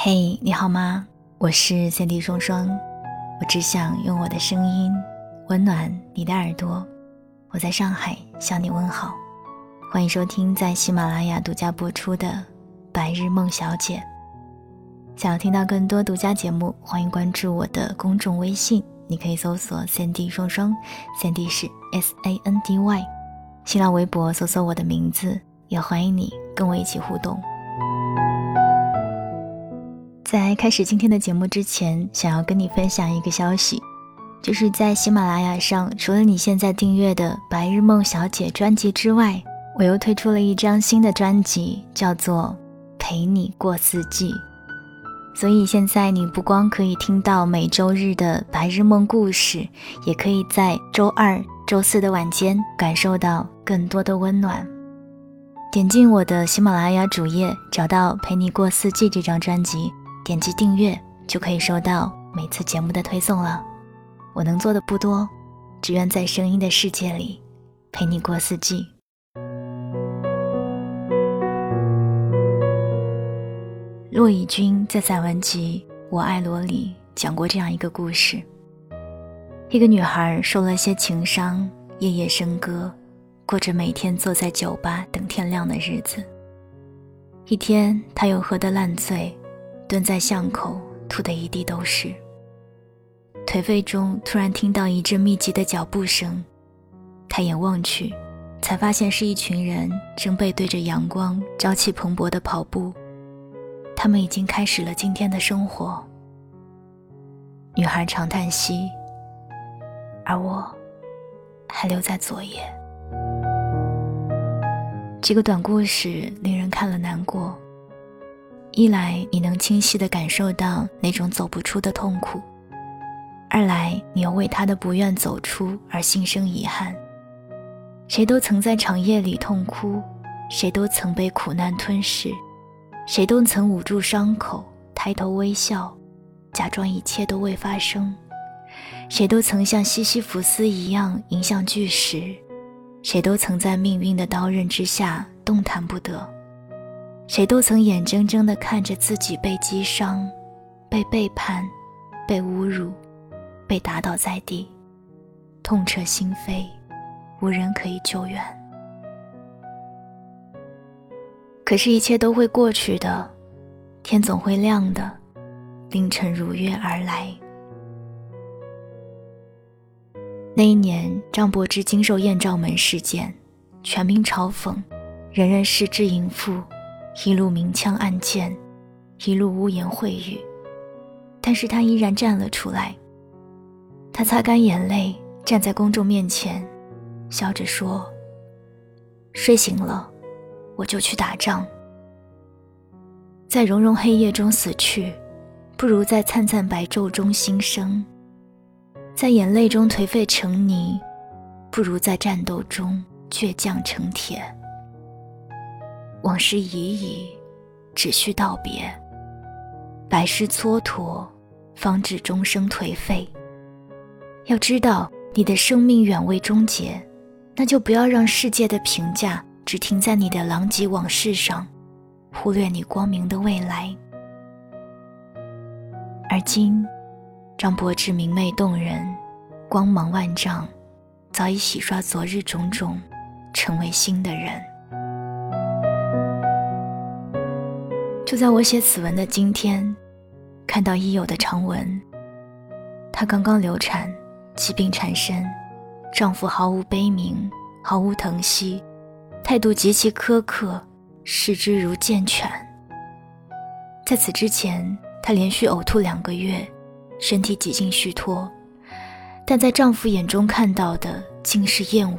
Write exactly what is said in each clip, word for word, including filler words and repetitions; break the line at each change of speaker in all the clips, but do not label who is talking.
嘿、hey, 你好吗？我是三 D 双双，我只想用我的声音温暖你的耳朵。我在上海向你问好，欢迎收听在喜马拉雅独家播出的白日梦小姐。想要听到更多独家节目，欢迎关注我的公众微信，你可以搜索三 D 双双，三 D 是 S A N D Y， 新浪微博搜索我的名字，也欢迎你跟我一起互动。在开始今天的节目之前，想要跟你分享一个消息，就是在喜马拉雅上，除了你现在订阅的白日梦小姐专辑之外，我又推出了一张新的专辑，叫做陪你过四季。所以现在你不光可以听到每周日的白日梦故事，也可以在周二周四的晚间感受到更多的温暖。点进我的喜马拉雅主页，找到陪你过四季这张专辑，点击订阅就可以收到每次节目的推送了。我能做的不多，只愿在声音的世界里陪你过四季。骆以军在散文集《我爱罗》里讲过这样一个故事，一个女孩受了些情伤，夜夜笙歌，过着每天坐在酒吧等天亮的日子。一天她又喝得烂醉，蹲在巷口吐得一地都是。颓废中突然听到一阵密集的脚步声，抬眼望去，才发现是一群人正背对着阳光朝气蓬勃地跑步。他们已经开始了今天的生活。女孩长叹息，而我还留在昨夜。这个短故事令人看了难过，一来你能清晰地感受到那种走不出的痛苦，二来你又为他的不愿走出而心生遗憾。谁都曾在长夜里痛哭，谁都曾被苦难吞噬，谁都曾捂住伤口，抬头微笑，假装一切都未发生。谁都曾像西西弗斯一样迎向巨石，谁都曾在命运的刀刃之下动弹不得。谁都曾眼睁睁地看着自己被击伤，被背叛，被侮辱，被打倒在地，痛彻心扉，无人可以救援。可是一切都会过去的，天总会亮的，凌晨如约而来。那一年张柏芝经受艳照门事件，全民嘲讽，人人视之淫妇，一路明枪暗箭，一路污言秽语，但是他依然站了出来。他擦干眼泪，站在公众面前，笑着说，睡醒了我就去打仗。在融融黑夜中死去，不如在灿灿白昼中新生。在眼泪中颓废成泥，不如在战斗中倔强成铁。往事已矣，只需道别，百世蹉跎，方知终生颓废。要知道你的生命远未终结，那就不要让世界的评价只停在你的狼藉往事上，忽略你光明的未来。而今张柏芝明媚动人，光芒万丈，早已洗刷昨日种种，成为新的人。就在我写此文的今天，看到已有的长文，她刚刚流产，疾病缠身，丈夫毫无悲悯，毫无疼惜，态度极其苛刻，视之如贱犬。在此之前，她连续呕吐两个月，身体几近虚脱，但在丈夫眼中看到的竟是厌恶。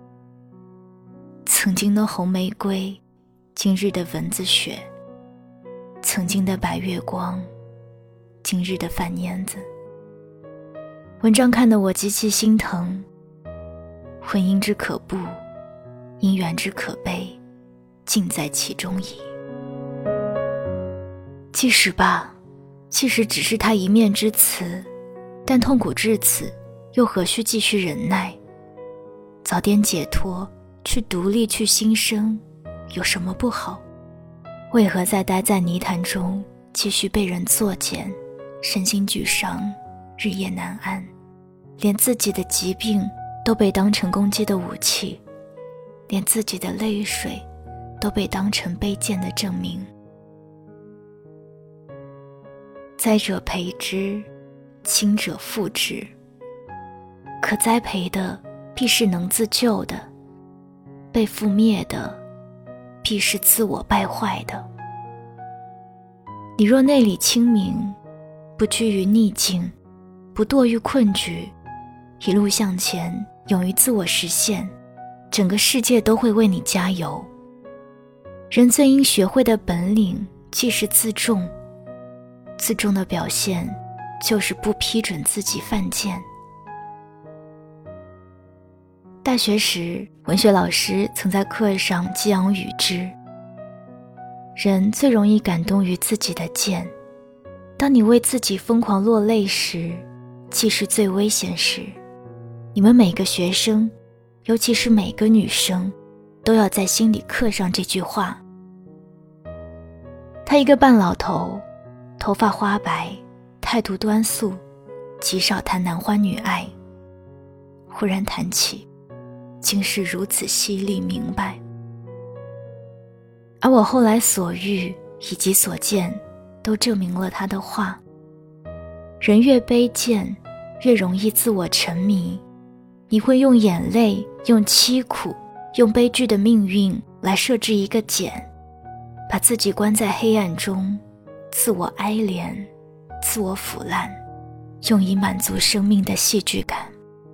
曾经的红玫瑰，今日的蚊子血；曾经的白月光，今日的饭粘子。文章看得我极其心疼，婚姻之可怖，姻缘之可悲，尽在其中矣。即使吧，即使只是他一面之词，但痛苦至此，又何须继续忍耐？早点解脱，去独立，去新生，有什么不好？为何再待在泥潭中， 继续被人作践，身心俱伤，日夜难安，连自己的疾病都被当成攻击的武器，连自己的泪水都被当成卑贱的证明。灾者培之，亲者复之。可栽培的必是能自救的，被覆灭的必是自我败坏的。你若内里清明，不拘于逆境，不堕于困局，一路向前，勇于自我实现，整个世界都会为你加油。人最应学会的本领既是自重，自重的表现就是不批准自己犯贱。大学时，文学老师曾在课上激昂语之：人最容易感动于自己的贱，当你为自己疯狂落泪时，既是最危险时。你们每个学生，尤其是每个女生，都要在心里刻上这句话。他一个半老头，头发花白，态度端肃，极少谈男欢女爱。忽然谈起，竟是如此犀利明白。而我后来所遇以及所见，都证明了他的话。人越卑贱，越容易自我沉迷。你会用眼泪，用凄苦，用悲剧的命运来设置一个茧，把自己关在黑暗中，自我哀怜，自我腐烂，用以满足生命的戏剧感。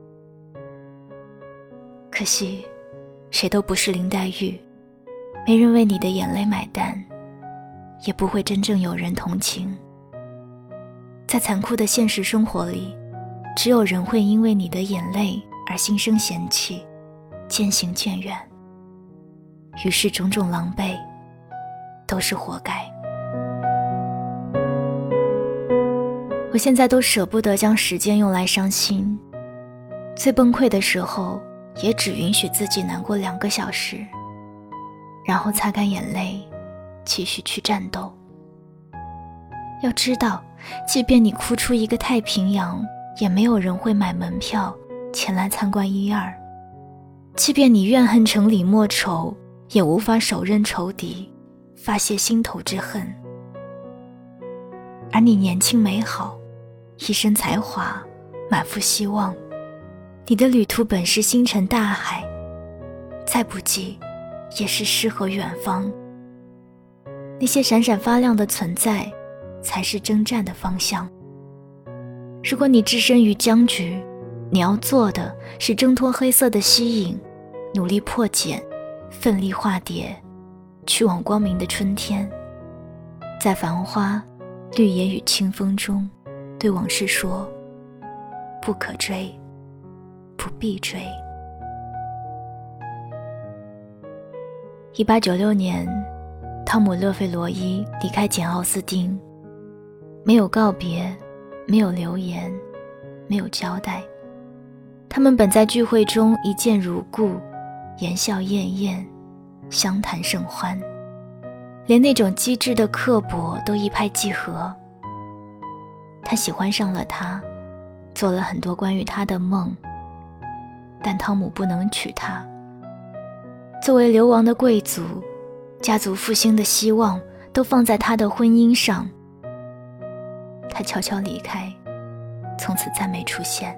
可惜，谁都不是林黛玉，没人为你的眼泪买单，也不会真正有人同情。在残酷的现实生活里，只有人会因为你的眼泪而心生嫌弃，渐行渐远。于是种种狼狈，都是活该。我现在都舍不得将时间用来伤心，最崩溃的时候，也只允许自己难过两个小时，然后擦干眼泪，继续去战斗。要知道，即便你哭出一个太平洋，也没有人会买门票前来参观一二。即便你怨恨成李莫愁，也无法手刃仇敌，发泄心头之恨。而你年轻美好，一身才华，满腹希望，你的旅途本是星辰大海，再不济也是诗和远方。那些闪闪发亮的存在，才是征战的方向。如果你置身于僵局，你要做的是挣脱黑色的吸引，努力破茧，奋力化蝶，去往光明的春天。在繁花、绿野与清风中，对往事说：不可追，不必追。一八九六年，汤姆·勒费罗伊离开简·奥斯汀，没有告别，没有留言，没有交代。他们本在聚会中一见如故，言笑晏晏，相谈甚欢，连那种机智的刻薄都一拍即合。他喜欢上了他，做了很多关于他的梦，但汤姆不能娶她。作为流亡的贵族，家族复兴的希望都放在他的婚姻上。他悄悄离开，从此再没出现。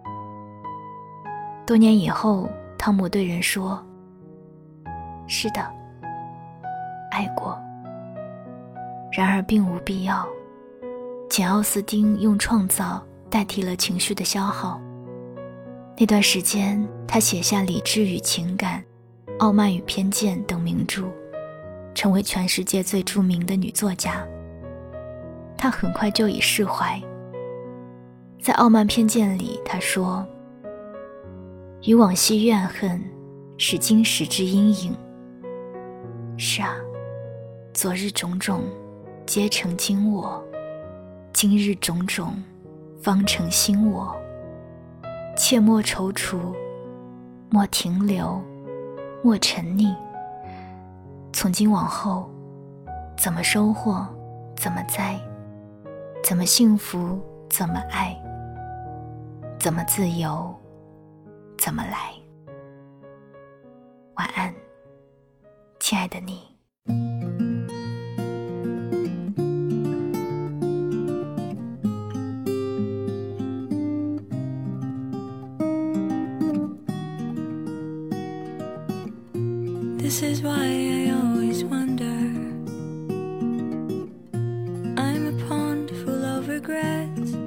多年以后，汤姆对人说：是的，爱过。然而并无必要。简·奥斯汀用创造代替了情绪的消耗。那段时间，他写下《理智与情感》《傲慢与偏见》等名著，成为全世界最著名的女作家。她很快就已释怀。在《傲慢偏见》里，她说：与往昔怨恨，是今时之阴影。是啊，昨日种种，皆成今我；今日种种，方成新我。切莫踌躇，莫停留，莫沉溺。从今往后，怎么收获， 怎么在，怎么幸福，怎么爱，怎么自由，怎么来。晚安，亲爱的你。
This is why I always wonder. I'm a pond full of regrets.